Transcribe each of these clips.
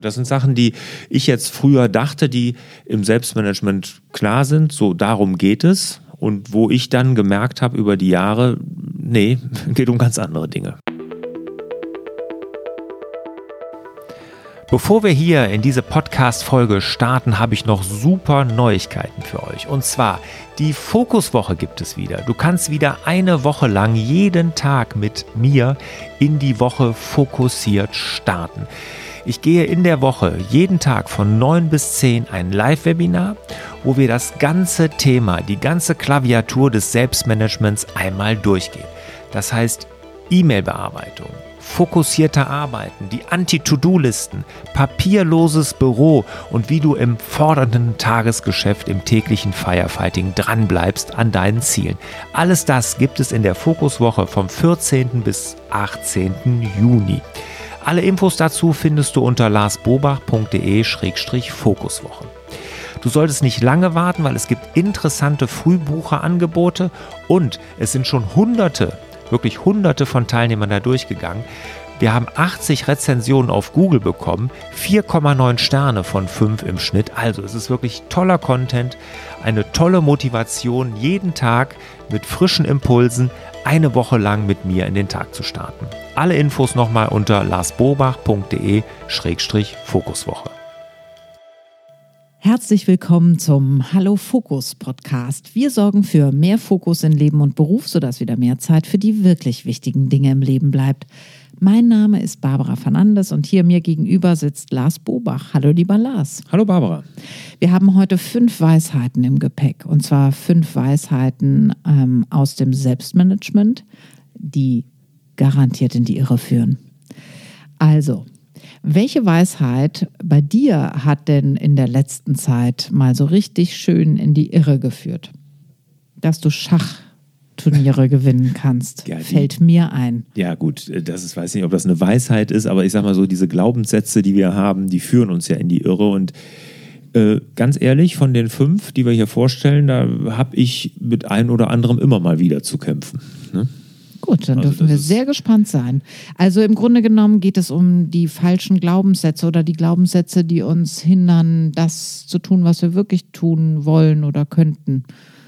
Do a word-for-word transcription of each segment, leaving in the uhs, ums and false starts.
Das sind Sachen, die ich jetzt früher dachte, die im Selbstmanagement klar sind, so darum geht es. Und wo ich dann gemerkt habe über die Jahre, nee, geht um ganz andere Dinge. Bevor wir hier in diese Podcast-Folge starten, habe ich noch super Neuigkeiten für euch. Und zwar, die Fokuswoche gibt es wieder. Du kannst wieder eine Woche lang jeden Tag mit mir in die Woche fokussiert starten. Ich gehe in der Woche jeden Tag von neun bis zehn ein Live-Webinar, wo wir das ganze Thema, die ganze Klaviatur des Selbstmanagements einmal durchgehen. Das heißt E-Mail-Bearbeitung, fokussierter Arbeiten, die Anti-To-Do-Listen, papierloses Büro und wie du im fordernden Tagesgeschäft im täglichen Firefighting dranbleibst an deinen Zielen. Alles das gibt es in der Fokuswoche vom vierzehnten bis achtzehnten Juni. Alle Infos dazu findest du unter larsbobach punkt de Schrägstrich Fokuswoche. Du solltest nicht lange warten, weil es gibt interessante Frühbucherangebote und es sind schon hunderte, wirklich hunderte von Teilnehmern da durchgegangen. Wir haben achtzig Rezensionen auf Google bekommen, vier Komma neun Sterne von fünf im Schnitt. Also es ist wirklich toller Content, eine tolle Motivation, jeden Tag mit frischen Impulsen eine Woche lang mit mir in den Tag zu starten. Alle Infos nochmal unter larsbobach punkt de Schrägstrich Fokuswoche. Herzlich willkommen zum Hallo Fokus Podcast. Wir sorgen für mehr Fokus in Leben und Beruf, sodass wieder mehr Zeit für die wirklich wichtigen Dinge im Leben bleibt. Mein Name ist Barbara Fernandes und hier mir gegenüber sitzt Lars Bobach. Hallo lieber Lars. Hallo Barbara. Wir haben heute fünf Weisheiten im Gepäck und zwar fünf Weisheiten ähm, aus dem Selbstmanagement, die garantiert in die Irre führen. Also, welche Weisheit bei dir hat denn in der letzten Zeit mal so richtig schön in die Irre geführt? Dass du Schachturniere gewinnen kannst, ja, die, fällt mir ein. Ja gut, das ist, weiß nicht, ob das eine Weisheit ist, aber ich sag mal so, diese Glaubenssätze, die wir haben, die führen uns ja in die Irre und äh, ganz ehrlich, von den fünf, die wir hier vorstellen, da habe ich mit einem oder anderem immer mal wieder zu kämpfen, ne? Gut, dann dürfen also wir sehr gespannt sein. Also im Grunde genommen geht es um die falschen Glaubenssätze oder die Glaubenssätze, die uns hindern, das zu tun, was wir wirklich tun wollen oder könnten.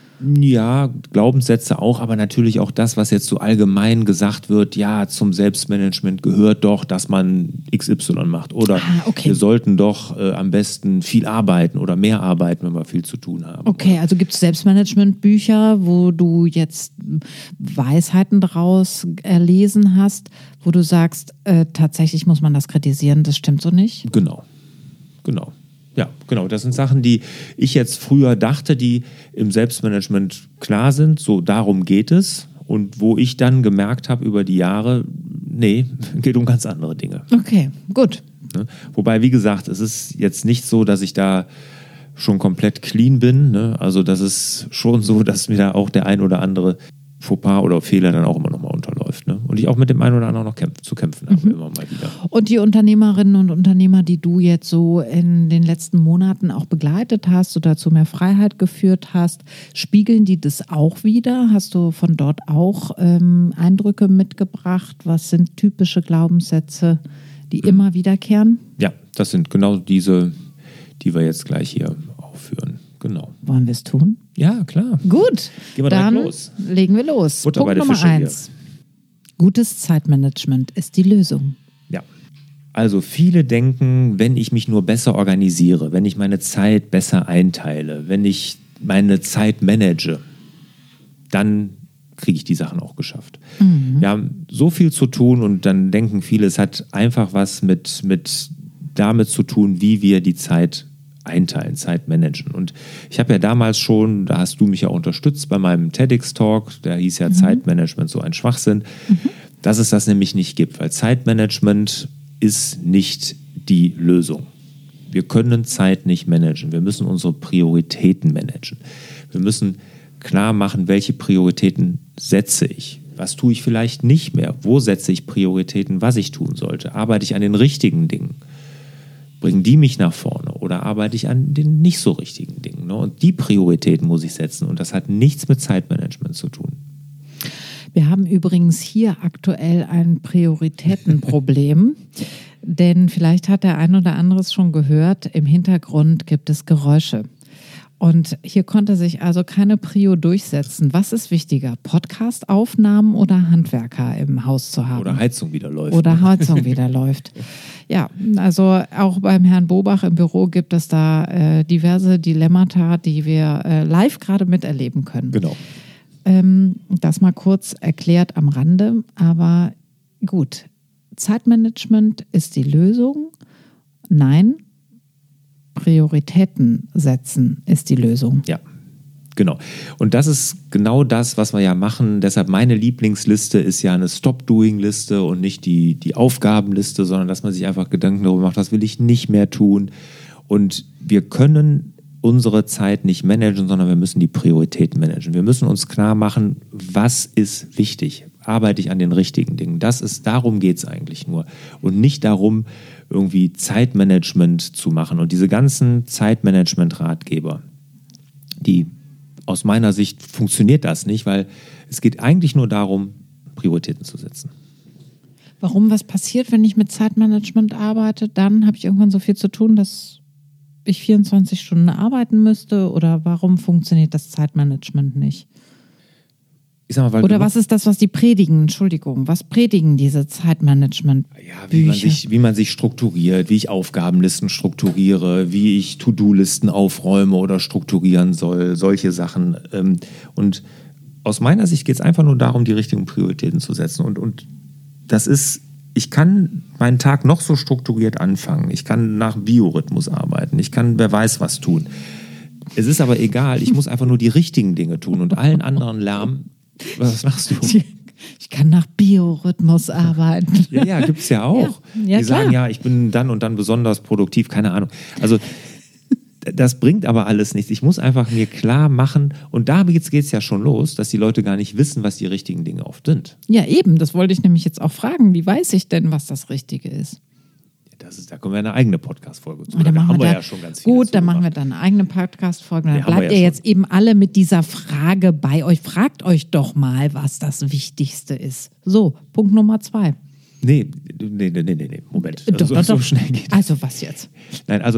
Ja, Glaubenssätze auch, aber natürlich auch das, was jetzt so allgemein gesagt wird, ja, zum Selbstmanagement gehört doch, dass man X Y macht oder ah, okay. wir sollten doch äh, am besten viel arbeiten oder mehr arbeiten, wenn wir viel zu tun haben. Okay, also gibt es Selbstmanagement-Bücher, wo du jetzt Weisheiten daraus erlesen hast, wo du sagst, äh, tatsächlich muss man das kritisieren, das stimmt so nicht? Genau, genau. Ja, genau. Das sind Sachen, die ich jetzt früher dachte, die im Selbstmanagement klar sind. So, darum geht es. Und wo ich dann gemerkt habe über die Jahre, nee, geht um ganz andere Dinge. Okay, gut. Ne? Wobei, wie gesagt, es ist jetzt nicht so, dass ich da schon komplett clean bin. Ne? Also das ist schon so, dass mir da auch der ein oder andere Fauxpas oder Fehler dann auch immer noch mal unterläuft. Ne? Und ich auch mit dem einen oder anderen noch kämpf- zu kämpfen habe, mhm. immer mal wieder. Und die Unternehmerinnen und Unternehmer, die du jetzt so in den letzten Monaten auch begleitet hast oder zu mehr Freiheit geführt hast, spiegeln die das auch wieder? Hast du von dort auch ähm, Eindrücke mitgebracht? Was sind typische Glaubenssätze, die mhm. immer wiederkehren? Ja, das sind genau diese, die wir jetzt gleich hier aufführen. Genau. Wollen wir es tun? Ja, klar. Gut, Gehen wir dann los. legen wir los. Butter Punkt bei der Nummer Fische eins. Hier. Gutes Zeitmanagement ist die Lösung. Ja. Also viele denken, wenn ich mich nur besser organisiere, wenn ich meine Zeit besser einteile, wenn ich meine Zeit manage, dann kriege ich die Sachen auch geschafft. Mhm. Wir haben so viel zu tun und dann denken viele, es hat einfach was mit, mit damit zu tun, wie wir die Zeit einteilen, Zeit managen. Und ich habe ja damals schon, da hast du mich ja unterstützt bei meinem TEDx-Talk, der hieß ja mhm. Zeitmanagement so ein Schwachsinn, mhm. dass es das nämlich nicht gibt, weil Zeitmanagement ist nicht die Lösung. Wir können Zeit nicht managen, wir müssen unsere Prioritäten managen. Wir müssen klar machen, welche Prioritäten setze ich. Was tue ich vielleicht nicht mehr? Wo setze ich Prioritäten, was ich tun sollte? Arbeite ich an den richtigen Dingen? Bringen die mich nach vorne oder arbeite ich an den nicht so richtigen Dingen? Ne? Und die Prioritäten muss ich setzen und das hat nichts mit Zeitmanagement zu tun. Wir haben übrigens hier aktuell ein Prioritätenproblem. Denn vielleicht hat der ein oder andere es schon gehört, im Hintergrund gibt es Geräusche. Und hier konnte sich also keine Prio durchsetzen. Was ist wichtiger, Podcast-Aufnahmen oder Handwerker im Haus zu haben? Oder Heizung wieder läuft. Oder Heizung wieder läuft. Ja, also auch beim Herrn Bobach im Büro gibt es da äh, diverse Dilemmata, die wir äh, live gerade miterleben können. Genau. Ähm, das mal kurz erklärt am Rande. Aber gut, Zeitmanagement ist die Lösung? Nein. Prioritäten setzen ist die Lösung. Ja, genau. Und das ist genau das, was wir ja machen. Deshalb meine Lieblingsliste ist ja eine Stop-Doing-Liste und nicht die, die Aufgabenliste, sondern dass man sich einfach Gedanken darüber macht, was will ich nicht mehr tun. Und wir können unsere Zeit nicht managen, sondern wir müssen die Prioritäten managen. Wir müssen uns klar machen, was ist wichtig. Arbeite ich an den richtigen Dingen? Das ist, darum geht es eigentlich nur. Und nicht darum, irgendwie Zeitmanagement zu machen. Und diese ganzen Zeitmanagement-Ratgeber, die aus meiner Sicht funktioniert das nicht, weil es geht eigentlich nur darum, Prioritäten zu setzen. Warum? Was passiert, wenn ich mit Zeitmanagement arbeite? Dann habe ich irgendwann so viel zu tun, dass ich vierundzwanzig Stunden arbeiten müsste? Oder warum funktioniert das Zeitmanagement nicht? Ich sag mal, weil Oder was ist das, was die predigen? Entschuldigung, was predigen diese Zeitmanagement? Ja, wie man, sich, wie man sich strukturiert, wie ich Aufgabenlisten strukturiere, wie ich To-Do-Listen aufräume oder strukturieren soll, solche Sachen. Und aus meiner Sicht geht es einfach nur darum, die richtigen Prioritäten zu setzen. Und, und das ist, ich kann meinen Tag noch so strukturiert anfangen. Ich kann nach Biorhythmus arbeiten. Ich kann wer weiß was tun. Es ist aber egal, ich muss einfach nur die richtigen Dinge tun und allen anderen Lärm. Was machst du? Ich kann nach Biorhythmus arbeiten. Ja, ja, gibt es ja auch. Ja, ja, die sagen, klar. ja, ich bin dann und dann besonders produktiv, keine Ahnung. Also das bringt aber alles nichts. Ich muss einfach mir klar machen, und da geht es ja schon los, dass die Leute gar nicht wissen, was die richtigen Dinge oft sind. Ja, eben, das wollte ich nämlich jetzt auch fragen. Wie weiß ich denn, was das Richtige ist? Das ist, da können wir eine eigene Podcast-Folge zu. Da Da haben wir da, ja schon ganz viel Gut, dann machen wir dann eine eigene Podcast-Folge. Dann Ja, haben wir bleibt ja ihr schon. jetzt eben alle mit dieser Frage bei euch. Fragt euch doch mal, was das Wichtigste ist. So, Punkt Nummer zwei. Nee, nee, nee, nee, nee, Moment. Doch, so, doch, so doch. schnell geht das. Also was jetzt? Nein, also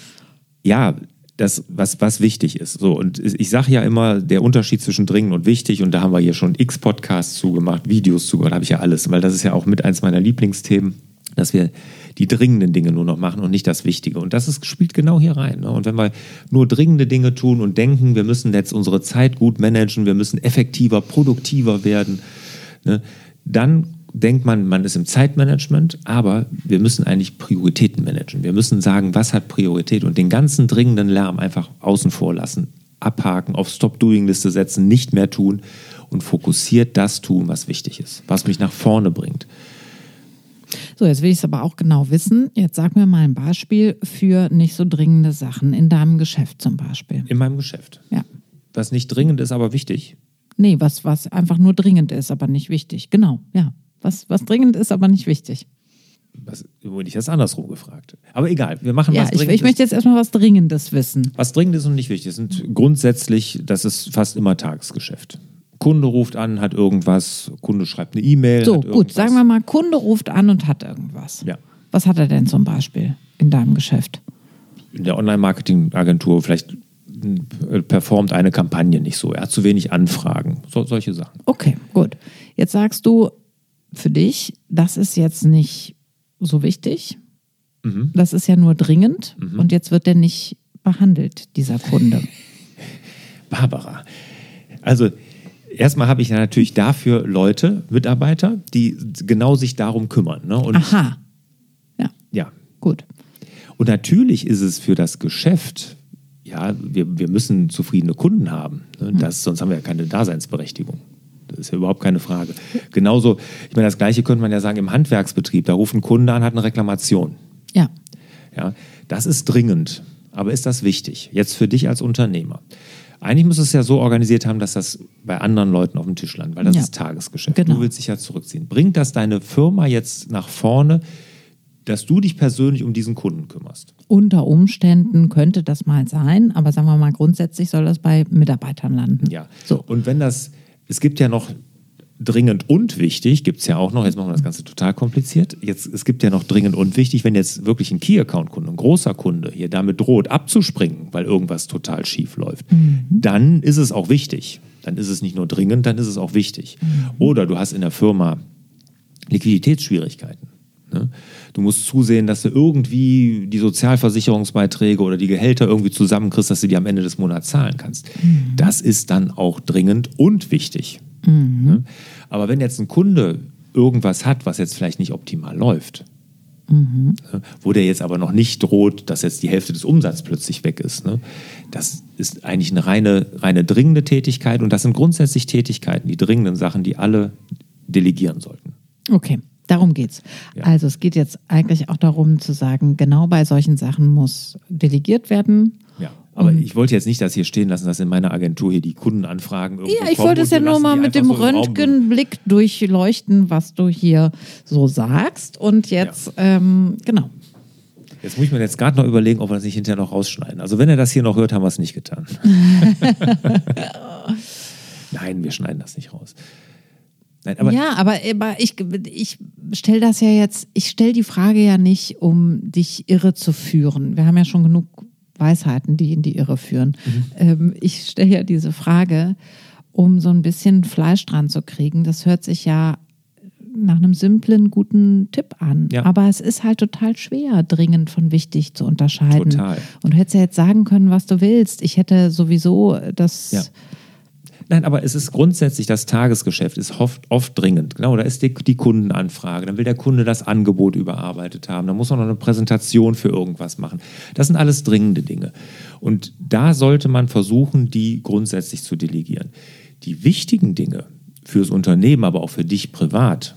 ja, das, was, was wichtig ist. So, und ich sage ja immer, der Unterschied zwischen dringend und wichtig, und da haben wir hier schon x Podcasts zugemacht, Videos zugemacht, da habe ich ja alles, weil das ist ja auch mit eins meiner Lieblingsthemen, dass wir die dringenden Dinge nur noch machen und nicht das Wichtige. Und das ist, spielt genau hier rein. Ne? Und wenn wir nur dringende Dinge tun und denken, wir müssen jetzt unsere Zeit gut managen, wir müssen effektiver, produktiver werden, ne? Dann denkt man, man ist im Zeitmanagement, aber wir müssen eigentlich Prioritäten managen. Wir müssen sagen, was hat Priorität, und den ganzen dringenden Lärm einfach außen vor lassen, abhaken, auf Stop-Doing-Liste setzen, nicht mehr tun und fokussiert das tun, was wichtig ist, was mich nach vorne bringt. So, jetzt will ich es aber auch genau wissen. Jetzt sag mir mal ein Beispiel für nicht so dringende Sachen in deinem Geschäft zum Beispiel. In meinem Geschäft. Ja. Was nicht dringend ist, aber wichtig. Nee, was, was einfach nur dringend ist, aber nicht wichtig. Genau, ja. Was, was dringend ist, aber nicht wichtig. Was, ich das andersrum gefragt. Aber egal, wir machen Ja, was ich, Dringendes. ich möchte jetzt erstmal was Dringendes wissen. Was Dringendes und nicht wichtig. Das sind grundsätzlich, das ist fast immer Tagesgeschäft. Kunde ruft an, hat irgendwas, Kunde schreibt eine E-Mail. So, hat gut, irgendwas. sagen wir mal, Kunde ruft an und hat irgendwas. Ja. Was hat er denn zum Beispiel in deinem Geschäft? In der Online-Marketing-Agentur vielleicht äh, performt eine Kampagne nicht so. Er hat zu wenig Anfragen. So, solche Sachen. Okay, gut. Jetzt sagst du für dich, das ist jetzt nicht so wichtig. Mhm. Das ist ja nur dringend. Mhm. Und jetzt wird der nicht behandelt, dieser Kunde. Barbara. Also erstmal habe ich ja natürlich dafür Leute, Mitarbeiter, die genau sich darum kümmern. Ne? Und Aha. Ja, ja. gut. Und natürlich ist es für das Geschäft, ja, wir, wir müssen zufriedene Kunden haben. Ne? Das, sonst haben wir ja keine Daseinsberechtigung. Das ist ja überhaupt keine Frage. Genauso, ich meine, das Gleiche könnte man ja sagen im Handwerksbetrieb. Da ruft ein Kunde an, hat eine Reklamation. Ja. Ja, das ist dringend. Aber ist das wichtig? Jetzt für dich als Unternehmer. Eigentlich muss es ja so organisiert haben, dass das bei anderen Leuten auf dem Tisch landet, weil das Ja. ist Tagesgeschäft. Genau. Du willst dich ja zurückziehen. Bringt das deine Firma jetzt nach vorne, dass du dich persönlich um diesen Kunden kümmerst? Unter Umständen könnte das mal sein, aber sagen wir mal, grundsätzlich soll das bei Mitarbeitern landen. Ja. So. Und wenn das, es gibt ja noch dringend und wichtig gibt es ja auch noch, jetzt machen wir das Ganze total kompliziert, jetzt, es gibt ja noch dringend und wichtig, wenn jetzt wirklich ein Key-Account-Kunde, ein großer Kunde hier damit droht abzuspringen, weil irgendwas total schief läuft, mhm. dann ist es auch wichtig. Dann ist es nicht nur dringend, dann ist es auch wichtig. Mhm. Oder du hast in der Firma Liquiditätsschwierigkeiten. Ne? Du musst zusehen, dass du irgendwie die Sozialversicherungsbeiträge oder die Gehälter irgendwie zusammenkriegst, dass du die am Ende des Monats zahlen kannst. Mhm. Das ist dann auch dringend und wichtig. Mhm. Ne? Aber wenn jetzt ein Kunde irgendwas hat, was jetzt vielleicht nicht optimal läuft, mhm. ne, wo der jetzt aber noch nicht droht, dass jetzt die Hälfte des Umsatzes plötzlich weg ist, ne, das ist eigentlich eine reine, reine dringende Tätigkeit und das sind grundsätzlich Tätigkeiten, die dringenden Sachen, die alle delegieren sollten. Okay. Darum geht's. Ja. Also es geht jetzt eigentlich auch darum zu sagen, genau bei solchen Sachen muss delegiert werden. Ja, aber ich wollte jetzt nicht das hier stehen lassen, dass in meiner Agentur hier die Kundenanfragen irgendwo Ja, ich wollte es ja nur mal mit dem so Röntgenblick durchleuchten, was du hier so sagst. Und jetzt, ja. ähm, genau. Jetzt muss ich mir jetzt gerade noch überlegen, ob wir das nicht hinterher noch rausschneiden. Also wenn er das hier noch hört, haben wir es nicht getan. Nein, wir schneiden das nicht raus. Nein, aber ja, aber, aber ich, ich stelle das ja jetzt, ich stelle die Frage ja nicht, um dich irre zu führen. Wir haben ja schon genug Weisheiten, die in die Irre führen. Mhm. Ähm, ich stelle ja diese Frage, um so ein bisschen Fleisch dran zu kriegen. Das hört sich ja nach einem simplen, guten Tipp an. Ja. Aber es ist halt total schwer, dringend von wichtig zu unterscheiden. Total. Und du hättest ja jetzt sagen können, was du willst. Ich hätte sowieso das... Ja. Nein, aber es ist grundsätzlich, das Tagesgeschäft ist oft, oft dringend. Genau, da ist die, die Kundenanfrage, dann will der Kunde das Angebot überarbeitet haben, dann muss man noch eine Präsentation für irgendwas machen. Das sind alles dringende Dinge. Und da sollte man versuchen, die grundsätzlich zu delegieren. Die wichtigen Dinge fürs Unternehmen, aber auch für dich privat,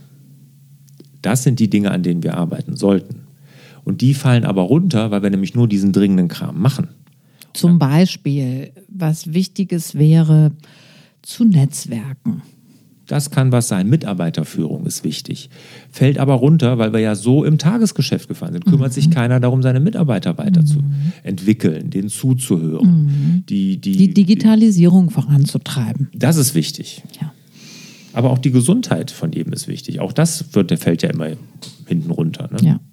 das sind die Dinge, an denen wir arbeiten sollten. Und die fallen aber runter, weil wir nämlich nur diesen dringenden Kram machen. Zum Beispiel, was Wichtiges wäre, zu Netzwerken. Das kann was sein. Mitarbeiterführung ist wichtig. Fällt aber runter, weil wir ja so im Tagesgeschäft gefahren sind. Kümmert mhm. sich keiner darum, seine Mitarbeiter weiterzuentwickeln, mhm. denen zuzuhören. Mhm. Die, die, die Digitalisierung die, voranzutreiben. Das ist wichtig. Ja. Aber auch die Gesundheit von jedem ist wichtig. Auch das wird, der fällt ja immer hinten runter. Ne? Ja.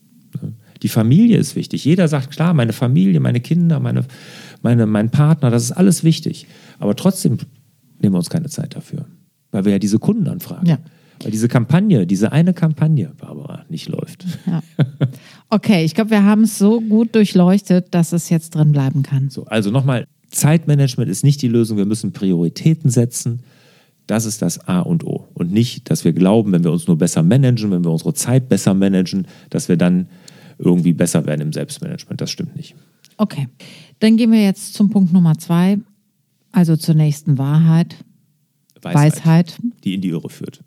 Die Familie ist wichtig. Jeder sagt, klar, meine Familie, meine Kinder, meine, meine, mein Partner, das ist alles wichtig. Aber trotzdem nehmen wir uns keine Zeit dafür. Weil wir ja diese Kunden anfragen. Ja. Weil diese Kampagne, diese eine Kampagne, Barbara, nicht läuft. Ja. Okay, ich glaube, wir haben es so gut durchleuchtet, dass es jetzt drin bleiben kann. So, also nochmal, Zeitmanagement ist nicht die Lösung. Wir müssen Prioritäten setzen. Das ist das A und O. Und nicht, dass wir glauben, wenn wir uns nur besser managen, wenn wir unsere Zeit besser managen, dass wir dann irgendwie besser werden im Selbstmanagement. Das stimmt nicht. Okay, dann gehen wir jetzt zum Punkt Nummer zwei. Also zur nächsten Wahrheit. Weisheit, Weisheit. Die in die Irre führt.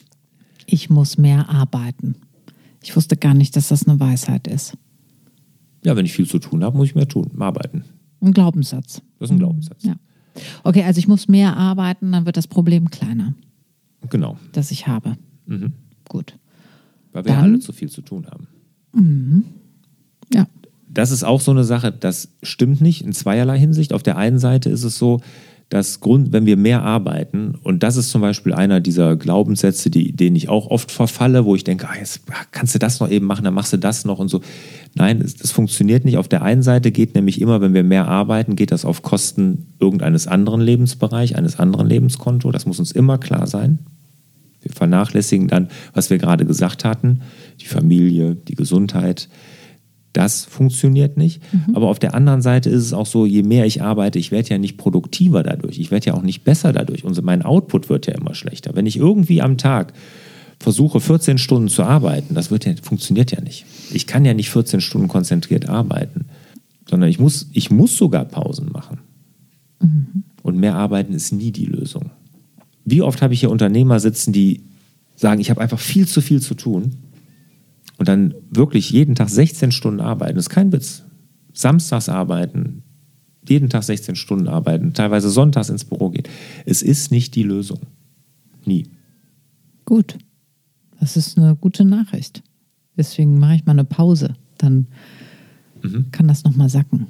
Ich muss mehr arbeiten. Ich wusste gar nicht, dass das eine Weisheit ist. Ja, wenn ich viel zu tun habe, muss ich mehr tun, mehr arbeiten. Ein Glaubenssatz. Das ist ein Glaubenssatz. Ja. Okay, also ich muss mehr arbeiten, dann wird das Problem kleiner. Genau. Das ich habe. Mhm. Gut. Weil wir dann, alle zu viel zu tun haben. Mhm. Ja. Das ist auch so eine Sache, das stimmt nicht in zweierlei Hinsicht. Auf der einen Seite ist es so, dass Grund, wenn wir mehr arbeiten, und das ist zum Beispiel einer dieser Glaubenssätze, die, denen ich auch oft verfalle, wo ich denke, ah, jetzt kannst du das noch eben machen, dann machst du das noch und so. Nein, das, das funktioniert nicht. Auf der einen Seite geht nämlich immer, wenn wir mehr arbeiten, geht das auf Kosten irgendeines anderen Lebensbereichs, eines anderen Lebenskonto. Das muss uns immer klar sein. Wir vernachlässigen dann, was wir gerade gesagt hatten, die Familie, die Gesundheit. Das funktioniert nicht. Mhm. Aber auf der anderen Seite ist es auch so, je mehr ich arbeite, ich werde ja nicht produktiver dadurch. Ich werde ja auch nicht besser dadurch. Und mein Output wird ja immer schlechter. Wenn ich irgendwie am Tag versuche, vierzehn Stunden zu arbeiten, das wird ja, funktioniert ja nicht. Ich kann ja nicht vierzehn Stunden konzentriert arbeiten, sondern ich muss, ich muss sogar Pausen machen. Mhm. Und mehr arbeiten ist nie die Lösung. Wie oft habe ich hier Unternehmer sitzen, die sagen, ich habe einfach viel zu viel zu tun. Und dann wirklich jeden Tag sechzehn Stunden arbeiten, das ist kein Witz. Samstags arbeiten, jeden Tag sechzehn Stunden arbeiten, teilweise sonntags ins Büro gehen. Es ist nicht die Lösung. Nie. Gut. Das ist eine gute Nachricht. Deswegen mache ich mal eine Pause. Dann mhm. kann das nochmal sacken.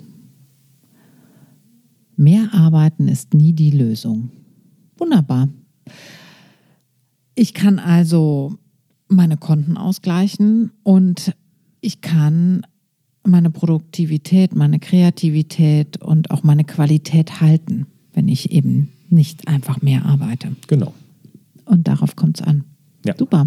Mehr arbeiten ist nie die Lösung. Wunderbar. Ich kann also meine Konten ausgleichen und ich kann meine Produktivität, meine Kreativität und auch meine Qualität halten, wenn ich eben nicht einfach mehr arbeite. Genau. Und darauf kommt es an. Ja. Super.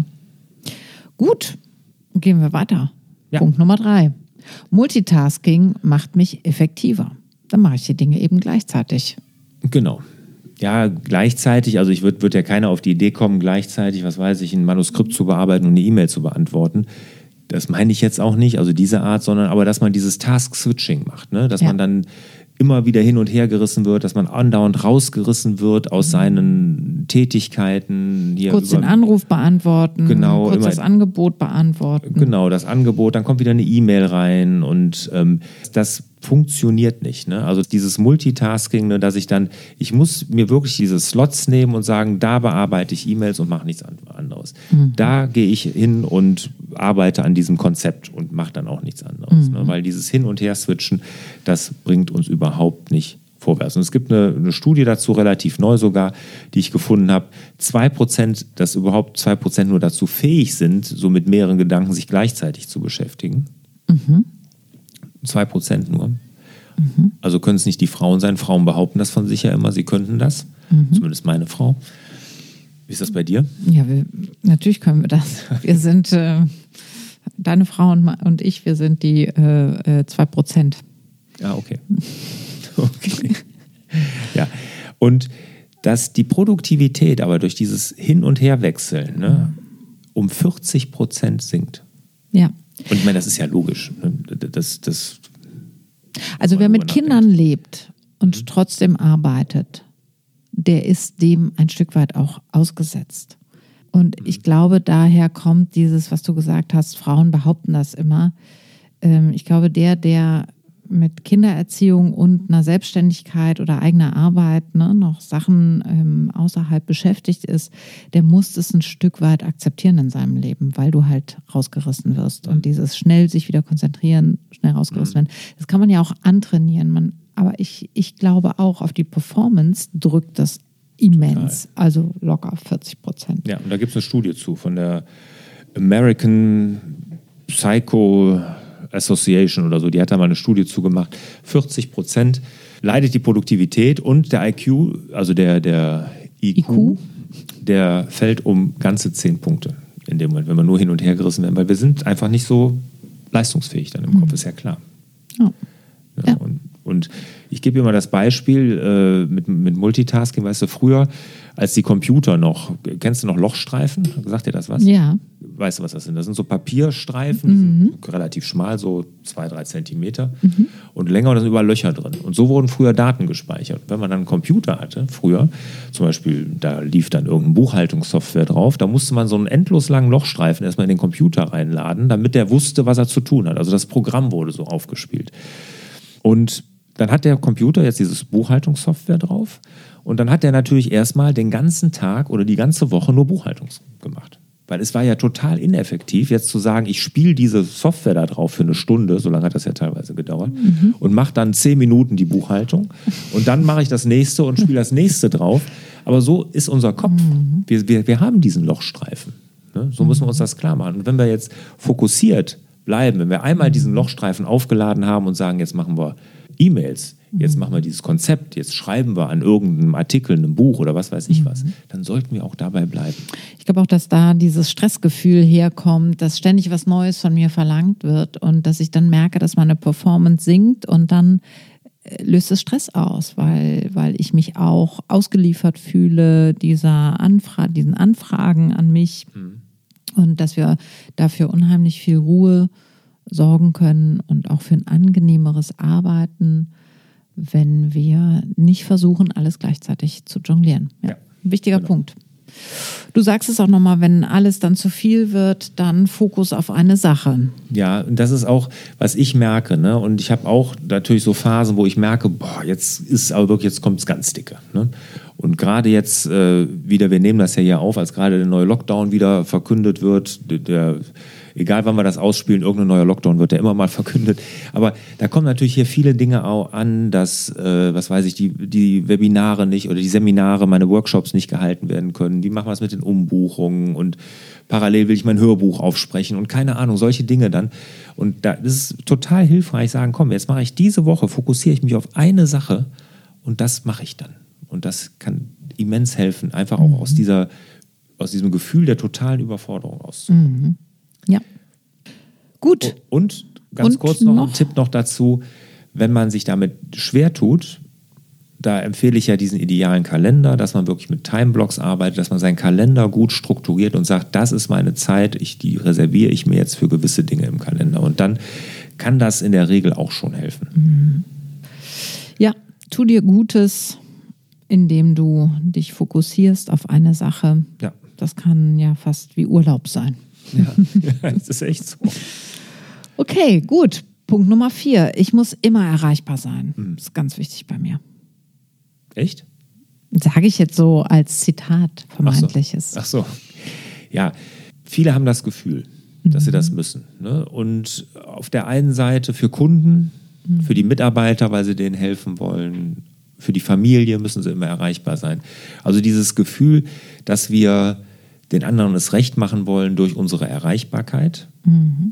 Gut, gehen wir weiter. Ja. Punkt Nummer drei. Multitasking macht mich effektiver. Dann mache ich die Dinge eben gleichzeitig. Genau. Ja, gleichzeitig, also ich würde würd ja keiner auf die Idee kommen, gleichzeitig, was weiß ich, ein Manuskript zu bearbeiten und eine E-Mail zu beantworten. Das meine ich jetzt auch nicht, also diese Art, sondern aber, dass man dieses Task-Switching macht, ne? Dass Ja. man dann immer wieder hin und her gerissen wird, dass man andauernd rausgerissen wird aus seinen Tätigkeiten. Hier Kurz über, den Anruf beantworten, Genau, kurz immer- das Angebot beantworten. Genau, das Angebot, dann kommt wieder eine E-Mail rein und ähm, das funktioniert nicht. Ne? Also dieses Multitasking, ne, dass ich dann, ich muss mir wirklich diese Slots nehmen und sagen, da bearbeite ich E-Mails und mache nichts an- anderes. Mhm. Da gehe ich hin und arbeite an diesem Konzept und mache dann auch nichts anderes. Mhm. Ne? Weil dieses Hin- und Her-Switchen, das bringt uns überhaupt nicht vorwärts. Und es gibt eine, eine Studie dazu, relativ neu sogar, die ich gefunden habe, zwei Prozent, dass überhaupt zwei Prozent nur dazu fähig sind, so mit mehreren Gedanken sich gleichzeitig zu beschäftigen. Mhm. zwei Prozent nur. Mhm. Also können es nicht die Frauen sein. Frauen behaupten das von sich ja immer, sie könnten das. Mhm. Zumindest meine Frau. Wie ist das bei dir? Ja, wir, natürlich können wir das. Wir sind, äh, deine Frau und, ma- und ich, wir sind die äh, äh, zwei Prozent. Ah, okay. Okay. Ja. Und dass die Produktivität aber durch dieses Hin- und Herwechseln ne, um vierzig Prozent sinkt. Ja. Und ich meine, das ist ja logisch. Ne? Das, das, Also wenn wer man mit drüber Kindern lebt und trotzdem arbeitet, der ist dem ein Stück weit auch ausgesetzt. Und ich glaube, daher kommt dieses, was du gesagt hast, Frauen behaupten das immer. Ähm, ich glaube, der, der mit Kindererziehung und einer Selbstständigkeit oder eigener Arbeit ne, noch Sachen ähm, außerhalb beschäftigt ist, der muss es ein Stück weit akzeptieren in seinem Leben, weil du halt rausgerissen wirst. Und dieses schnell sich wieder konzentrieren, schnell rausgerissen werden, das kann man ja auch antrainieren. Man, aber ich, ich glaube auch, auf die Performance drückt das immens, Total. also locker vierzig Prozent. ja, und da gibt es eine Studie zu von der American Psycho Association oder so, die hat da mal eine Studie zugemacht. vierzig Prozent leidet die Produktivität und der I Q, also der, der I Q, I Q? der fällt um ganze zehn Punkte in dem Moment, wenn wir nur hin und her gerissen werden, weil wir sind einfach nicht so leistungsfähig dann im Mhm. Kopf, ist ja klar. Ja. Ja, Ja. Und, und ich gebe immer das Beispiel äh, mit, mit Multitasking, weißt du, früher, als die Computer noch, kennst du noch Lochstreifen? Sagt dir das was? Ja. Weißt du, was das sind? Das sind so Papierstreifen, die Mhm. sind relativ schmal, so zwei, drei Zentimeter mhm. und länger und da sind überall Löcher drin. Und so wurden früher Daten gespeichert. Wenn man dann einen Computer hatte, früher, zum Beispiel, da lief dann irgendeine Buchhaltungssoftware drauf, da musste man so einen endlos langen Lochstreifen erstmal in den Computer reinladen, damit der wusste, was er zu tun hat. Also das Programm wurde so aufgespielt. Und dann hat der Computer jetzt dieses Buchhaltungssoftware drauf und dann hat er natürlich erstmal den ganzen Tag oder die ganze Woche nur Buchhaltung gemacht. Weil es war ja total ineffektiv, jetzt zu sagen, ich spiele diese Software da drauf für eine Stunde, so lange hat das ja teilweise gedauert, mhm. und mache dann zehn Minuten die Buchhaltung und dann mache ich das nächste und spiele das nächste drauf. Aber so ist unser Kopf. Mhm. Wir, wir, wir haben diesen Lochstreifen. Ne? So müssen wir uns das klar machen. Und wenn wir jetzt fokussiert bleiben, wenn wir einmal diesen Lochstreifen aufgeladen haben und sagen, jetzt machen wir E-Mails, jetzt machen wir dieses Konzept, jetzt schreiben wir an irgendeinem Artikel, einem Buch oder was weiß ich was, dann sollten wir auch dabei bleiben. Ich glaube auch, dass da dieses Stressgefühl herkommt, dass ständig was Neues von mir verlangt wird und dass ich dann merke, dass meine Performance sinkt und dann löst es Stress aus, weil, weil ich mich auch ausgeliefert fühle dieser Anfra- diesen Anfragen an mich mhm. und dass wir dafür unheimlich viel Ruhe sorgen können und auch für ein angenehmeres Arbeiten, wenn wir nicht versuchen, alles gleichzeitig zu jonglieren. Ja. Ja. Ein wichtiger genau. Punkt. Du sagst es auch nochmal, wenn alles dann zu viel wird, dann Fokus auf eine Sache. Ja, und das ist auch, was ich merke. Ne? Und ich habe auch natürlich so Phasen, wo ich merke, boah, jetzt ist aber wirklich, jetzt kommt es ganz dicke. Ne? Und gerade jetzt äh, wieder, wir nehmen das ja hier auf, als gerade der neue Lockdown wieder verkündet wird, der egal wann wir das ausspielen, irgendein neuer Lockdown wird ja immer mal verkündet. Aber da kommen natürlich hier viele Dinge auch an, dass, äh, was weiß ich, die, die Webinare nicht oder die Seminare, meine Workshops nicht gehalten werden können. Wie machen wir es mit den Umbuchungen und parallel will ich mein Hörbuch aufsprechen und keine Ahnung, solche Dinge dann. Und da ist es total hilfreich, sagen, komm, jetzt mache ich diese Woche, fokussiere ich mich auf eine Sache und das mache ich dann. Und das kann immens helfen, einfach auch mhm. aus dieser, aus diesem Gefühl der totalen Überforderung auszukommen. Mhm. Ja. Gut. Und ganz und kurz noch, noch ein Tipp noch dazu, wenn man sich damit schwer tut, da empfehle ich ja diesen idealen Kalender, dass man wirklich mit Timeblocks arbeitet, dass man seinen Kalender gut strukturiert und sagt, das ist meine Zeit, ich, die reserviere ich mir jetzt für gewisse Dinge im Kalender. Und dann kann das in der Regel auch schon helfen. Ja, tu dir Gutes, indem du dich fokussierst auf eine Sache. Ja. Das kann ja fast wie Urlaub sein. Ja, das ist echt so. Okay, gut. Punkt Nummer vier. Ich muss immer erreichbar sein. Das ist ganz wichtig bei mir. Echt? Sage ich jetzt so als Zitat vermeintliches. Ach so. Ach so. Ja, viele haben das Gefühl, dass mhm. sie das müssen. Ne? Und auf der einen Seite für Kunden, mhm. für die Mitarbeiter, weil sie denen helfen wollen, für die Familie müssen sie immer erreichbar sein. Also dieses Gefühl, dass wir den anderen es recht machen wollen durch unsere Erreichbarkeit, mhm.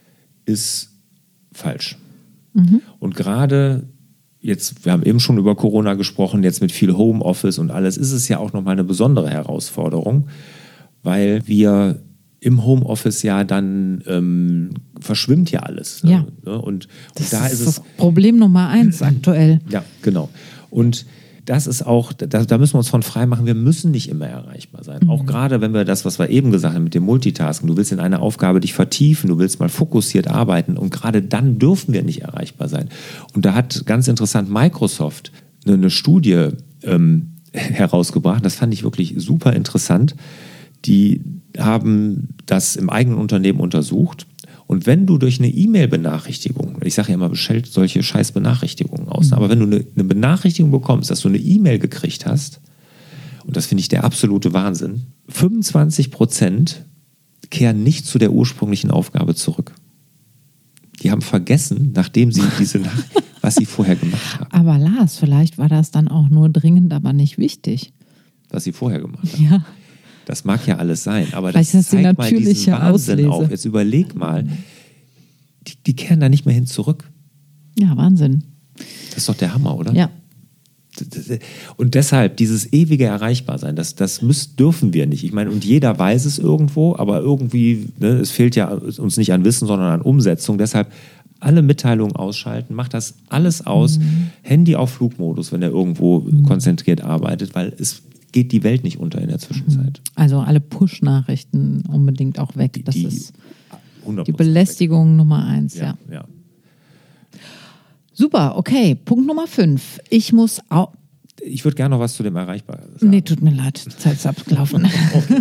ist falsch. Mhm. Und gerade jetzt, wir haben eben schon über Corona gesprochen, jetzt mit viel Homeoffice und alles, ist es ja auch nochmal eine besondere Herausforderung, weil wir im Homeoffice ja dann ähm, verschwimmt ja alles. Ne? Ja. Und, und das da ist, ist das es Problem Nummer eins aktuell. Ja, genau. Und das ist auch, da, da müssen wir uns von frei machen, wir müssen nicht immer erreichbar sein. Mhm. Auch gerade, wenn wir das, was wir eben gesagt haben mit dem Multitasking, du willst in eine Aufgabe dich vertiefen, du willst mal fokussiert arbeiten und gerade dann dürfen wir nicht erreichbar sein. Und da hat ganz interessant Microsoft eine, eine Studie ähm, herausgebracht, das fand ich wirklich super interessant. Die haben das im eigenen Unternehmen untersucht. Und wenn du durch eine E-Mail-Benachrichtigung, ich sage ja immer, bestellt solche scheiß Benachrichtigungen aus, mhm. aber wenn du eine, eine Benachrichtigung bekommst, dass du eine E-Mail gekriegt hast, und das finde ich der absolute Wahnsinn, fünfundzwanzig Prozent kehren nicht zu der ursprünglichen Aufgabe zurück. Die haben vergessen, nachdem sie diese, was sie vorher gemacht haben. Aber Lars, vielleicht war das dann auch nur dringend, aber nicht wichtig. Was sie vorher gemacht haben. Ja. Das mag ja alles sein, aber Vielleicht das zeigt die mal diesen Wahnsinn Auslese. auf. Jetzt überleg mal, die, die kehren da nicht mehr hin zurück. Ja, Wahnsinn. Das ist doch der Hammer, oder? Ja. Und deshalb, dieses ewige Erreichbarsein, das, das müssen, dürfen wir nicht. Ich meine, und jeder weiß es irgendwo, aber irgendwie, ne, es fehlt ja uns nicht an Wissen, sondern an Umsetzung. Deshalb alle Mitteilungen ausschalten, macht das alles aus. Mhm. Handy auf Flugmodus, wenn er irgendwo mhm. konzentriert arbeitet, weil es geht die Welt nicht unter in der Zwischenzeit. Also alle Push-Nachrichten unbedingt auch weg. Die, das die ist die Belästigung weg. Nummer eins. Ja, ja. ja. Super, okay. Punkt Nummer fünf. Ich muss auch... Ich würde gerne noch was zu dem Erreichbaren sagen. Nee, tut mir leid. Die Zeit ist abgelaufen. Okay.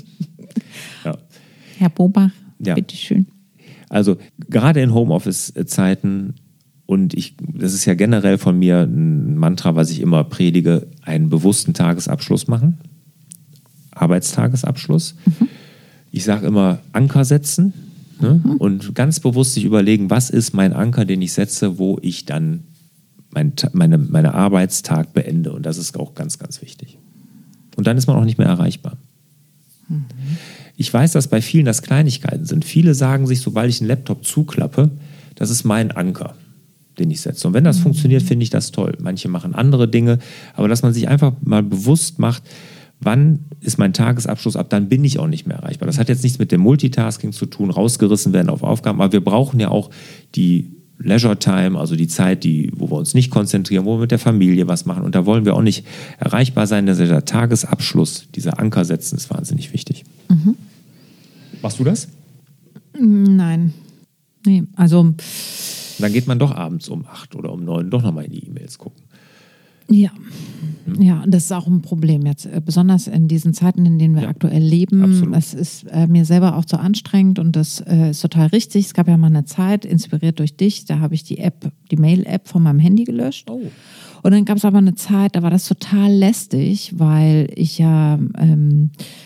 Ja. Herr Bobach, ja. bitteschön. Also gerade in Homeoffice-Zeiten und ich, das ist ja generell von mir ein Mantra, was ich immer predige, einen bewussten Tagesabschluss machen, Arbeitstagesabschluss. Mhm. Ich sage immer Anker setzen ne? mhm. und ganz bewusst sich überlegen, was ist mein Anker, den ich setze, wo ich dann mein, meine, meine Arbeitstag beende. Und das ist auch ganz, ganz wichtig. Und dann ist man auch nicht mehr erreichbar. Mhm. Ich weiß, dass bei vielen das Kleinigkeiten sind. Viele sagen sich, sobald ich einen Laptop zuklappe, das ist mein Anker, den ich setze. Und wenn das mhm. funktioniert, finde ich das toll. Manche machen andere Dinge, aber dass man sich einfach mal bewusst macht, wann ist mein Tagesabschluss ab, dann bin ich auch nicht mehr erreichbar. Das hat jetzt nichts mit dem Multitasking zu tun, rausgerissen werden auf Aufgaben, aber wir brauchen ja auch die Leisure Time, also die Zeit, die, wo wir uns nicht konzentrieren, wo wir mit der Familie was machen. Und da wollen wir auch nicht erreichbar sein. Der Tagesabschluss, dieser Anker setzen, ist wahnsinnig wichtig. Mhm. Machst du das? Nein. Nee, also... Dann geht man doch abends um acht oder um neun doch nochmal in die E-Mails gucken. Ja. Hm? Ja, das ist auch ein Problem jetzt, besonders in diesen Zeiten, in denen wir ja. aktuell leben. Absolut. Es ist äh, mir selber auch zu anstrengend und das äh, ist total richtig. Es gab ja mal eine Zeit, inspiriert durch dich, da habe ich die App, die Mail-App von meinem Handy gelöscht. Oh. Und dann gab es aber eine Zeit, da war das total lästig, weil ich ja... Ähm,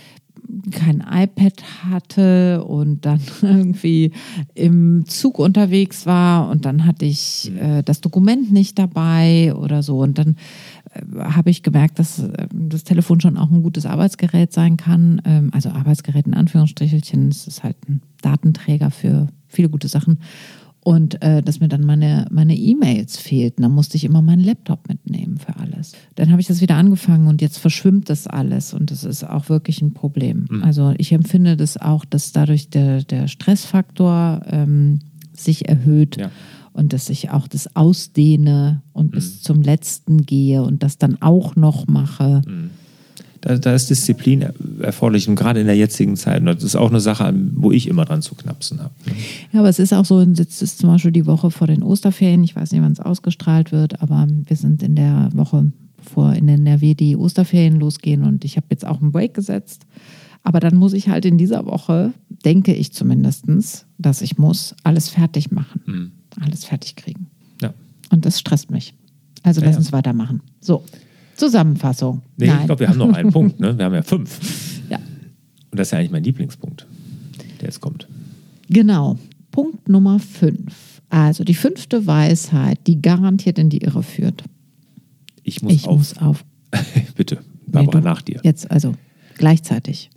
kein iPad hatte und dann irgendwie im Zug unterwegs war und dann hatte ich äh, das Dokument nicht dabei oder so. Und dann äh, habe ich gemerkt, dass äh, das Telefon schon auch ein gutes Arbeitsgerät sein kann. Ähm, also Arbeitsgerät in Anführungsstrichelchen, es ist halt ein Datenträger für viele gute Sachen. Und äh, dass mir dann meine meine E-Mails fehlten. Da musste ich immer meinen Laptop mitnehmen für alles. Dann habe ich das wieder angefangen und jetzt verschwimmt das alles und das ist auch wirklich ein Problem. Mhm. Also ich empfinde das auch, dass dadurch der, der Stressfaktor ähm, sich erhöht ja. und dass ich auch das ausdehne und mhm. bis zum Letzten gehe und das dann auch noch mache. Mhm. Da, da ist Disziplin erforderlich und gerade in der jetzigen Zeit. Und das ist auch eine Sache, wo ich immer dran zu knapsen habe. Ja, aber es ist auch so, jetzt ist zum Beispiel die Woche vor den Osterferien, ich weiß nicht, wann es ausgestrahlt wird, aber wir sind in der Woche, bevor in N R W die Osterferien losgehen und ich habe jetzt auch einen Break gesetzt. Aber dann muss ich halt in dieser Woche, denke ich zumindest, dass ich muss, alles fertig machen. Mhm. Alles fertig kriegen. Ja. Und das stresst mich. Also ja, lass uns ja. weitermachen. So. Zusammenfassung. Nee, Nein. Ich glaube, wir haben noch einen Punkt. Ne? Wir haben ja fünf. Ja. Und das ist ja eigentlich mein Lieblingspunkt, der jetzt kommt. Genau. Punkt Nummer fünf. Also die fünfte Weisheit, die garantiert in die Irre führt. Ich muss ich auf. Muss auf. Bitte, Barbara, nee, nach dir. Jetzt also gleichzeitig.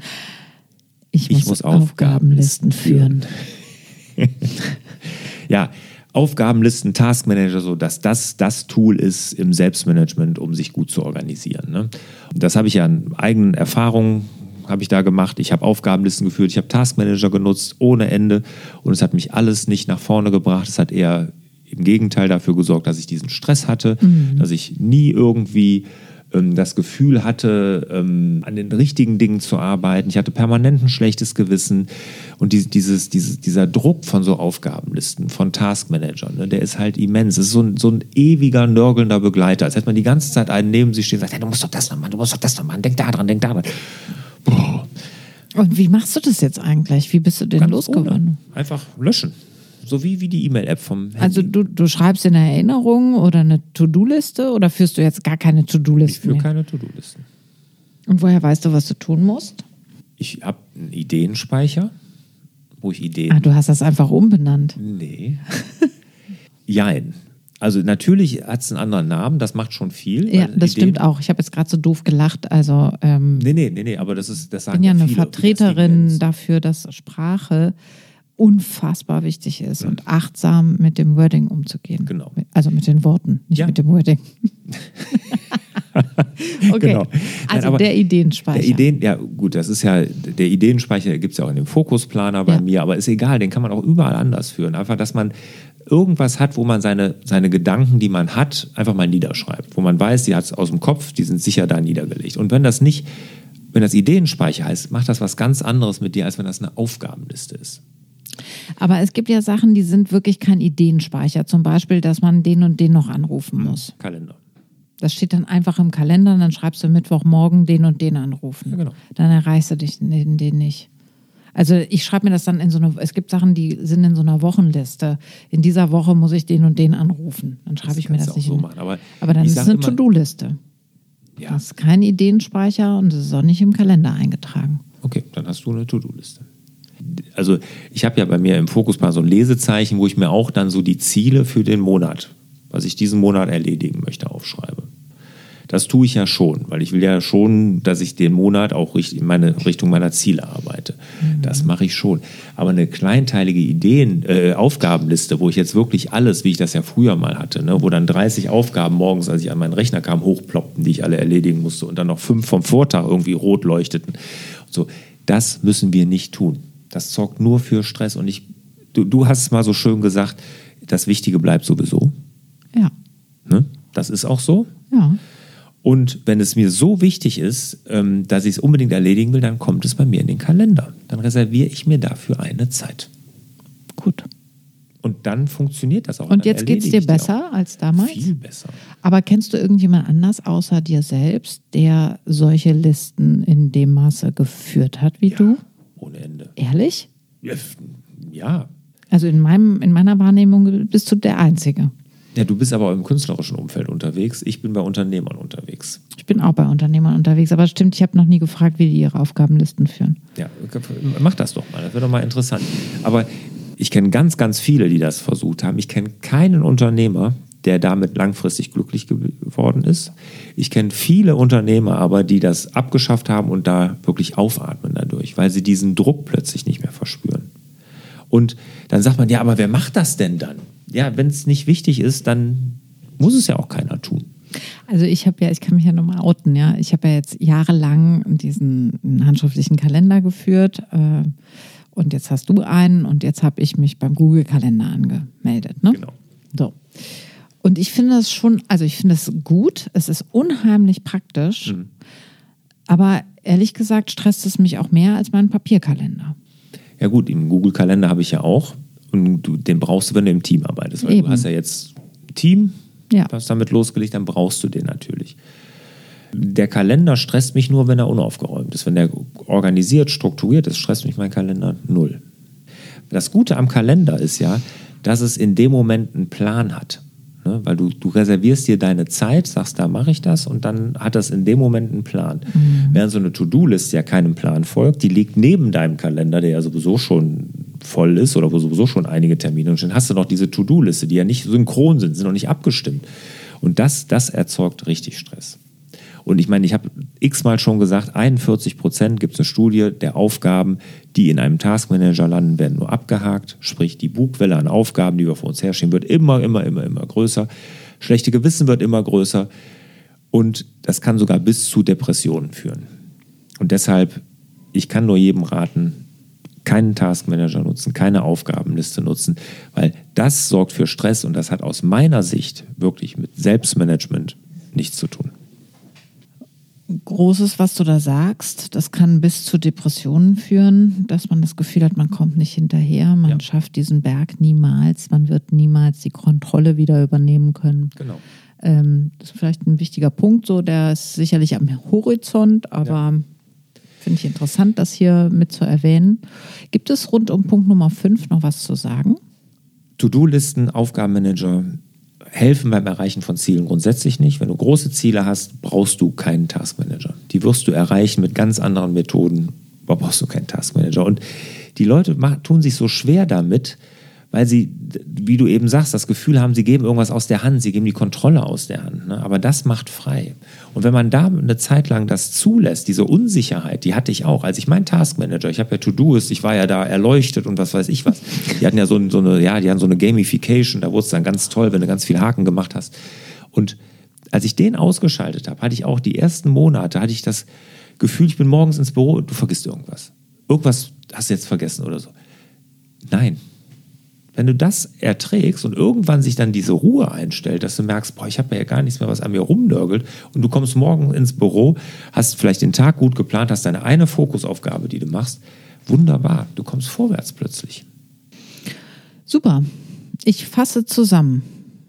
Ich muss, ich muss Aufgabenlisten, Aufgabenlisten führen. führen. Ja, Aufgabenlisten, Taskmanager, so dass das das Tool ist im Selbstmanagement, um sich gut zu organisieren. Ne? Das habe ich ja an eigenen Erfahrungen habe ich da gemacht. Ich habe Aufgabenlisten geführt, ich habe Taskmanager genutzt ohne Ende und es hat mich alles nicht nach vorne gebracht. Es hat eher im Gegenteil dafür gesorgt, dass ich diesen Stress hatte, mhm. dass ich nie irgendwie ähm, das Gefühl hatte, ähm, an den richtigen Dingen zu arbeiten. Ich hatte permanent ein schlechtes Gewissen. Und die, dieses, dieses, dieser Druck von so Aufgabenlisten, von Taskmanagern, ne, der ist halt immens. Es ist so ein, so ein ewiger, nörgelnder Begleiter. Als hätte man die ganze Zeit einen neben sich stehen und sagt, hey, du musst doch das noch machen, du musst doch das noch machen, denk da dran, denk da dran. Boah. Und wie machst du das jetzt eigentlich? Wie bist du denn Ganz losgeworden? Ohne. Einfach löschen. So wie, wie die E-Mail-App vom Handy. Also du, du schreibst in eine Erinnerung oder eine To-Do-Liste oder führst du jetzt gar keine To-Do-Listen? Ich führe keine To-Do-Listen. Und woher weißt du, was du tun musst? Ich habe einen Ideenspeicher, wo ich Ideen... Ah, du hast das einfach umbenannt. Nee. Jein. Also natürlich hat es einen anderen Namen, das macht schon viel. Ja, das Ideen... stimmt auch. Ich habe jetzt gerade so doof gelacht. Also, ähm, nee, nee, nee, nee, aber das ist... Das sagen ich bin ja ja eine viele, Vertreterin dafür, dass Sprache unfassbar wichtig ist mhm. und achtsam mit dem Wording umzugehen. Genau. Also mit den Worten, nicht ja. mit dem Wording. Okay, genau. also Nein, der Ideenspeicher. Der Ideen, ja gut, das ist ja, der Ideenspeicher gibt es ja auch in dem Fokusplaner bei ja. mir, aber ist egal, den kann man auch überall anders führen. Einfach, dass man irgendwas hat, wo man seine, seine Gedanken, die man hat, einfach mal niederschreibt. Wo man weiß, die hat es aus dem Kopf, die sind sicher da niedergelegt. Und wenn das nicht, wenn das Ideenspeicher heißt, macht das was ganz anderes mit dir, als wenn das eine Aufgabenliste ist. Aber es gibt ja Sachen, die sind wirklich kein Ideenspeicher. Zum Beispiel, dass man den und den noch anrufen muss. Kalender. Das steht dann einfach im Kalender und dann schreibst du Mittwochmorgen den und den anrufen. Ja, genau. Dann erreichst du dich den, den nicht. Also ich schreibe mir das dann in so eine, es gibt Sachen, die sind in so einer Wochenliste. In dieser Woche muss ich den und den anrufen. Dann schreibe ich mir das nicht so hin. machen. Aber, Aber dann ist es eine immer, To-Do-Liste. Ja. Das ist kein Ideenspeicher und es ist auch nicht im Kalender eingetragen. Okay, dann hast du eine To-Do-Liste. Also ich habe ja bei mir im Fokusplan so ein Lesezeichen, wo ich mir auch dann so die Ziele für den Monat, was ich diesen Monat erledigen möchte, aufschreibe. Das tue ich ja schon, weil ich will ja schon, dass ich den Monat auch in meine Richtung meiner Ziele arbeite. Mhm. Das mache ich schon. Aber eine kleinteilige Ideen, äh, Aufgabenliste, wo ich jetzt wirklich alles, wie ich das ja früher mal hatte, ne, wo dann dreißig Aufgaben morgens, als ich an meinen Rechner kam, hochploppten, die ich alle erledigen musste und dann noch fünf vom Vortag irgendwie rot leuchteten. So, das müssen wir nicht tun. Das sorgt nur für Stress. Und ich, du, du hast es mal so schön gesagt, das Wichtige bleibt sowieso. Ja. Ne? Das ist auch so. Ja. Und wenn es mir so wichtig ist, ähm, dass ich es unbedingt erledigen will, dann kommt es bei mir in den Kalender. Dann reserviere ich mir dafür eine Zeit. Gut. Und dann funktioniert das auch. Und jetzt geht es dir besser als damals? Viel besser. Aber kennst du irgendjemand anders außer dir selbst, der solche Listen in dem Maße geführt hat wie ja, du? Ohne Ende. Ehrlich? Ja. ja. Also in, meinem, in meiner Wahrnehmung bist du der Einzige. Ja, du bist aber im künstlerischen Umfeld unterwegs. Ich bin bei Unternehmern unterwegs. Ich bin auch bei Unternehmern unterwegs, aber stimmt, ich habe noch nie gefragt, wie die ihre Aufgabenlisten führen. Ja, mach das doch mal, das wäre doch mal interessant. Aber ich kenne ganz, ganz viele, die das versucht haben. Ich kenne keinen Unternehmer, der damit langfristig glücklich geworden ist. Ich kenne viele Unternehmer aber, die das abgeschafft haben und da wirklich aufatmen dadurch, weil sie diesen Druck plötzlich nicht mehr verspüren. Und dann sagt man, ja, aber wer macht das denn dann? Ja, wenn es nicht wichtig ist, dann muss es ja auch keiner tun. Also ich habe ja, ich kann mich ja nochmal outen, ja. Ich habe ja jetzt jahrelang diesen handschriftlichen Kalender geführt äh, und jetzt hast du einen und jetzt habe ich mich beim Google-Kalender angemeldet. Ne? Genau. So. Und ich finde das schon, also ich finde es gut, es ist unheimlich praktisch, mhm. aber ehrlich gesagt stresst es mich auch mehr als mein Papierkalender. Ja gut, im Google-Kalender habe ich ja auch und du, den brauchst du, wenn du im Team arbeitest, weil Eben. du hast ja jetzt ein Team, ja. hast damit losgelegt, dann brauchst du den natürlich. Der Kalender stresst mich nur, wenn er unaufgeräumt ist. Wenn der organisiert, strukturiert ist, stresst mich mein Kalender null. Das Gute am Kalender ist ja, dass es in dem Moment einen Plan hat. Ne? Weil du, du reservierst dir deine Zeit, sagst, da mache ich das und dann hat das in dem Moment einen Plan. Mhm. Während so eine To-Do-Liste ja keinem Plan folgt, die liegt neben deinem Kalender, der ja sowieso schon voll ist oder wo sowieso schon einige Termine und dann hast du noch diese To-Do-Liste, die ja nicht synchron sind, sind noch nicht abgestimmt. Und das, das erzeugt richtig Stress. Und ich meine, ich habe x-mal schon gesagt, einundvierzig Prozent gibt es eine Studie der Aufgaben, die in einem Taskmanager landen, werden nur abgehakt. Sprich, die Bugwelle an Aufgaben, die wir vor uns herschieben, wird immer, immer, immer, immer größer. Schlechte Gewissen wird immer größer. Und das kann sogar bis zu Depressionen führen. Und deshalb, ich kann nur jedem raten, keinen Taskmanager nutzen, keine Aufgabenliste nutzen, weil das sorgt für Stress und das hat aus meiner Sicht wirklich mit Selbstmanagement nichts zu tun. Großes, was du da sagst, das kann bis zu Depressionen führen, dass man das Gefühl hat, man kommt nicht hinterher, man ja. schafft diesen Berg niemals, man wird niemals die Kontrolle wieder übernehmen können. Genau. Ähm, das ist vielleicht ein wichtiger Punkt, so, der ist sicherlich am Horizont, aber ja. finde ich interessant, das hier mit zu erwähnen. Gibt es rund um Punkt Nummer fünf noch was zu sagen? To-Do-Listen, Aufgabenmanager helfen beim Erreichen von Zielen grundsätzlich nicht. Wenn du große Ziele hast, brauchst du keinen Taskmanager. Die wirst du erreichen mit ganz anderen Methoden, aber brauchst du keinen Taskmanager. Und die Leute machen, tun sich so schwer damit, weil sie, wie du eben sagst, das Gefühl haben, sie geben irgendwas aus der Hand, sie geben die Kontrolle aus der Hand. Ne? Aber das macht frei. Und wenn man da eine Zeit lang das zulässt, diese Unsicherheit, die hatte ich auch. Als ich meinen Taskmanager, ich habe ja To-Doist, ich war ja da erleuchtet und was weiß ich was. Die hatten ja so, so eine, ja, die hatten so eine Gamification, da wurde es dann ganz toll, wenn du ganz viel Haken gemacht hast. Und als ich den ausgeschaltet habe, hatte ich auch die ersten Monate, hatte ich das Gefühl, ich bin morgens ins Büro, du vergisst irgendwas. Irgendwas hast du jetzt vergessen oder so. Nein. Wenn du das erträgst und irgendwann sich dann diese Ruhe einstellt, dass du merkst, boah, ich habe ja gar nichts mehr, was an mir rumnörgelt und du kommst morgen ins Büro, hast vielleicht den Tag gut geplant, hast deine eine Fokusaufgabe, die du machst, wunderbar, du kommst vorwärts plötzlich. Super, ich fasse zusammen.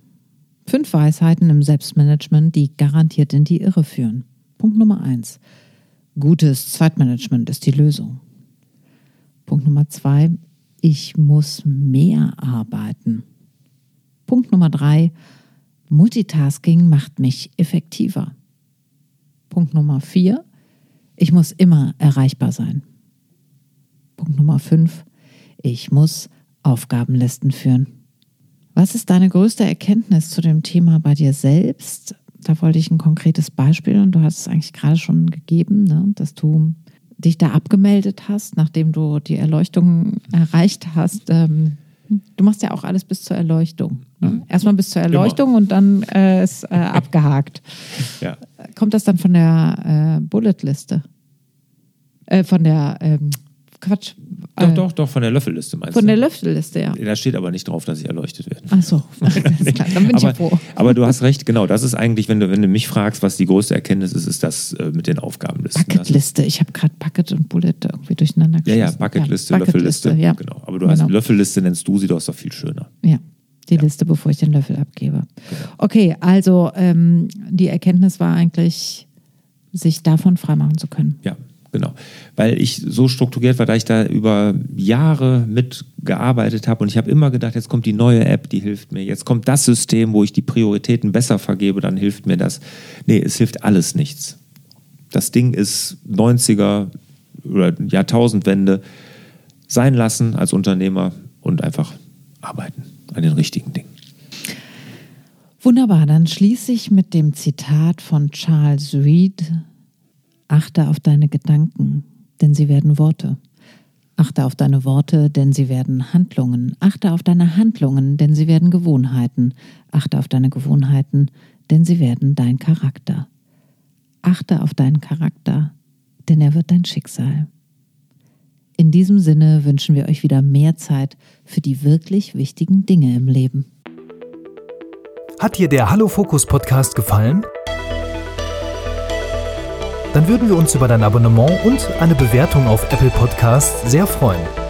Fünf Weisheiten im Selbstmanagement, die garantiert in die Irre führen. Punkt Nummer eins, gutes Zeitmanagement ist die Lösung. Punkt Nummer zwei, ich muss mehr arbeiten. Punkt Nummer drei, Multitasking macht mich effektiver. Punkt Nummer vier, ich muss immer erreichbar sein. Punkt Nummer fünf, ich muss Aufgabenlisten führen. Was ist deine größte Erkenntnis zu dem Thema bei dir selbst? Da wollte ich ein konkretes Beispiel und du hast es eigentlich gerade schon gegeben, ne, dass du dich da abgemeldet hast, nachdem du die Erleuchtung erreicht hast. Ähm, du machst ja auch alles bis zur Erleuchtung. Ne? Erstmal bis zur Erleuchtung Immer. Und dann äh, ist äh, abgehakt. Ja. Kommt das dann von der äh, Bulletliste? Äh, von der, ähm, Quatsch. Doch, äh, doch, doch, von der Löffelliste meinst von du? der Löffelliste, ja. Da steht aber nicht drauf, dass ich erleuchtet werde. Ach so, dann bin ich ja froh. Aber du hast recht, genau, das ist eigentlich, wenn du, wenn du mich fragst, was die größte Erkenntnis ist, ist das äh, mit den Aufgabenlisten. Bucketliste, ich habe gerade Bucket und Bullet irgendwie durcheinander geschossen. Ja, ja, Bucketliste, ja, Löffelliste, ja. Genau. Aber du hast genau. Löffelliste, nennst du sie, doch ist doch viel schöner. Ja, die ja. Liste, bevor ich den Löffel abgebe. Genau. Okay, also ähm, die Erkenntnis war eigentlich, sich davon freimachen zu können. Ja, Genau, weil ich so strukturiert war, da ich da über Jahre mitgearbeitet habe und ich habe immer gedacht, jetzt kommt die neue App, die hilft mir, jetzt kommt das System, wo ich die Prioritäten besser vergebe, dann hilft mir das. Nee, es hilft alles nichts. Das Ding ist neunziger oder Jahrtausendwende sein lassen als Unternehmer und einfach arbeiten an den richtigen Dingen. Wunderbar, dann schließe ich mit dem Zitat von Charles Reed. Achte auf deine Gedanken, denn sie werden Worte. Achte auf deine Worte, denn sie werden Handlungen. Achte auf deine Handlungen, denn sie werden Gewohnheiten. Achte auf deine Gewohnheiten, denn sie werden dein Charakter. Achte auf deinen Charakter, denn er wird dein Schicksal. In diesem Sinne wünschen wir euch wieder mehr Zeit für die wirklich wichtigen Dinge im Leben. Hat dir der Hallo Fokus Podcast gefallen? Dann würden wir uns über dein Abonnement und eine Bewertung auf Apple Podcasts sehr freuen.